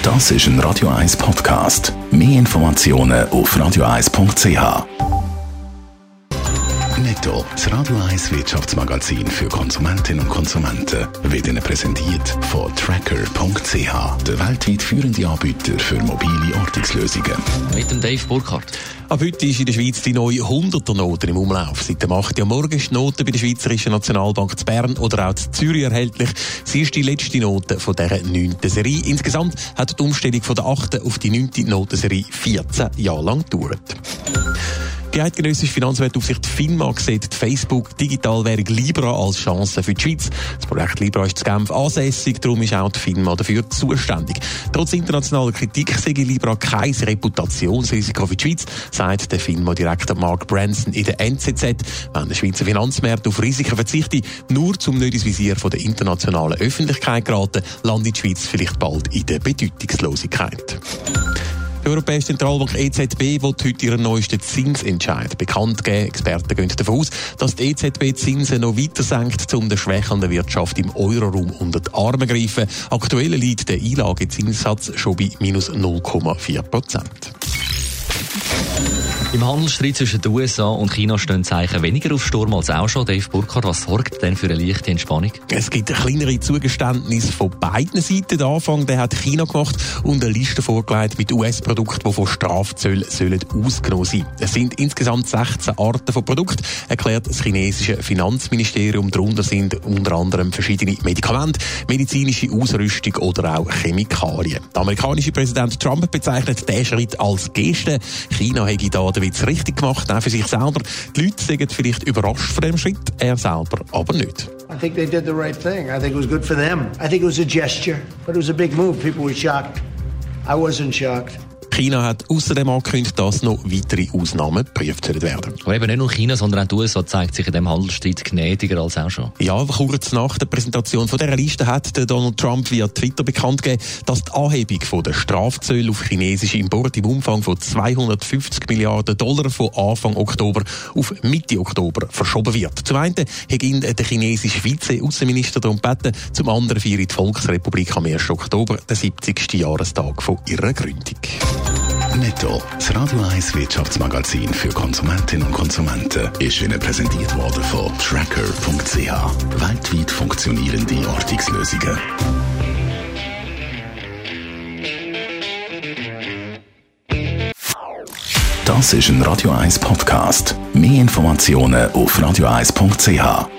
Das ist ein Radio 1 Podcast. Mehr Informationen auf radio1.ch. Netto, das Radio 1 Wirtschaftsmagazin für Konsumentinnen und Konsumenten, wird Ihnen präsentiert von Tracker.ch, der weltweit führende Anbieter für mobile Ortungslösungen. Mit dem Dave Burkhardt. Ab heute ist in der Schweiz die neue 100er-Note im Umlauf. Seit dem 8. Uhr morgen ist die Note bei der Schweizerischen Nationalbank zu Bern oder auch zu Zürich erhältlich. Sie ist die letzte Note von dieser 9. Serie. Insgesamt hat die Umstellung von der 8. auf die 9. Notenserie 14 Jahre lang gedauert. Die eidgenössische Finanzwertaufsicht FINMA sieht die Facebook-Digitalwährung Libra als Chance für die Schweiz. Das Projekt Libra ist zu Genf ansässig, darum ist auch die FINMA dafür zuständig. Trotz internationaler Kritik sehe Libra kein Reputationsrisiko für die Schweiz, sagt der FINMA-Direktor Mark Branson in der NZZ. Wenn der Schweizer Finanzmarkt auf Risiken verzichtet, nur zum nicht ins Visier von der internationalen Öffentlichkeit geraten, landet die Schweiz vielleicht bald in der Bedeutungslosigkeit. Die Europäische Zentralbank EZB will heute ihren neuesten Zinsentscheid bekannt geben. Experten gehen davon aus, dass die EZB die Zinsen noch weiter senkt, um der schwächenden Wirtschaft im Euroraum unter die Arme zu greifen. Aktuell liegt der Einlagezinssatz schon bei minus 0,4%. Im Handelsstreit zwischen den USA und China stehen Zeichen weniger auf Sturm als auch schon. Dave Burkhardt, was sorgt denn für eine leichte Entspannung? Es gibt kleinere Zugeständnisse von beiden Seiten. Der Anfang den hat China gemacht und eine Liste vorgelegt mit US-Produkten, die von Strafzöllen ausgenommen sein sollen. Es sind insgesamt 16 Arten von Produkten, erklärt das chinesische Finanzministerium. Darunter sind unter anderem verschiedene Medikamente, medizinische Ausrüstung oder auch Chemikalien. Der amerikanische Präsident Trump bezeichnet diesen Schritt als Geste. China hätte da den Witz richtig gemacht, auch für sich selber. Die Leute sind vielleicht überrascht von dem Schritt, er selber aber nicht. I think they did the right thing. I think it was good for them. I think it was a gesture, but it was a big move. People were shocked. I wasn't shocked. China hat außerdem angekündigt, dass noch weitere Ausnahmen geprüft werden. Aber eben nicht nur China, sondern auch die USA zeigt sich in diesem Handelsstreit gnädiger als auch schon. Ja, kurz nach der Präsentation von dieser Liste hat Donald Trump via Twitter bekannt gegeben, dass die Anhebung von der Strafzölle auf chinesische Importe im Umfang von 250 Milliarden Dollar von Anfang Oktober auf Mitte Oktober verschoben wird. Zum einen hat ihn der chinesische Vize-Außenminister darum gebeten, zum anderen feiert die Volksrepublik am 1. Oktober den 70. Jahrestag von ihrer Gründung. Netto, das Radio 1 Wirtschaftsmagazin für Konsumentinnen und Konsumenten, ist Ihnen präsentiert worden von Tracker.ch. Weltweit funktionierende Ortungslösungen. Das ist ein Radio 1 Podcast. Mehr Informationen auf radio1.ch.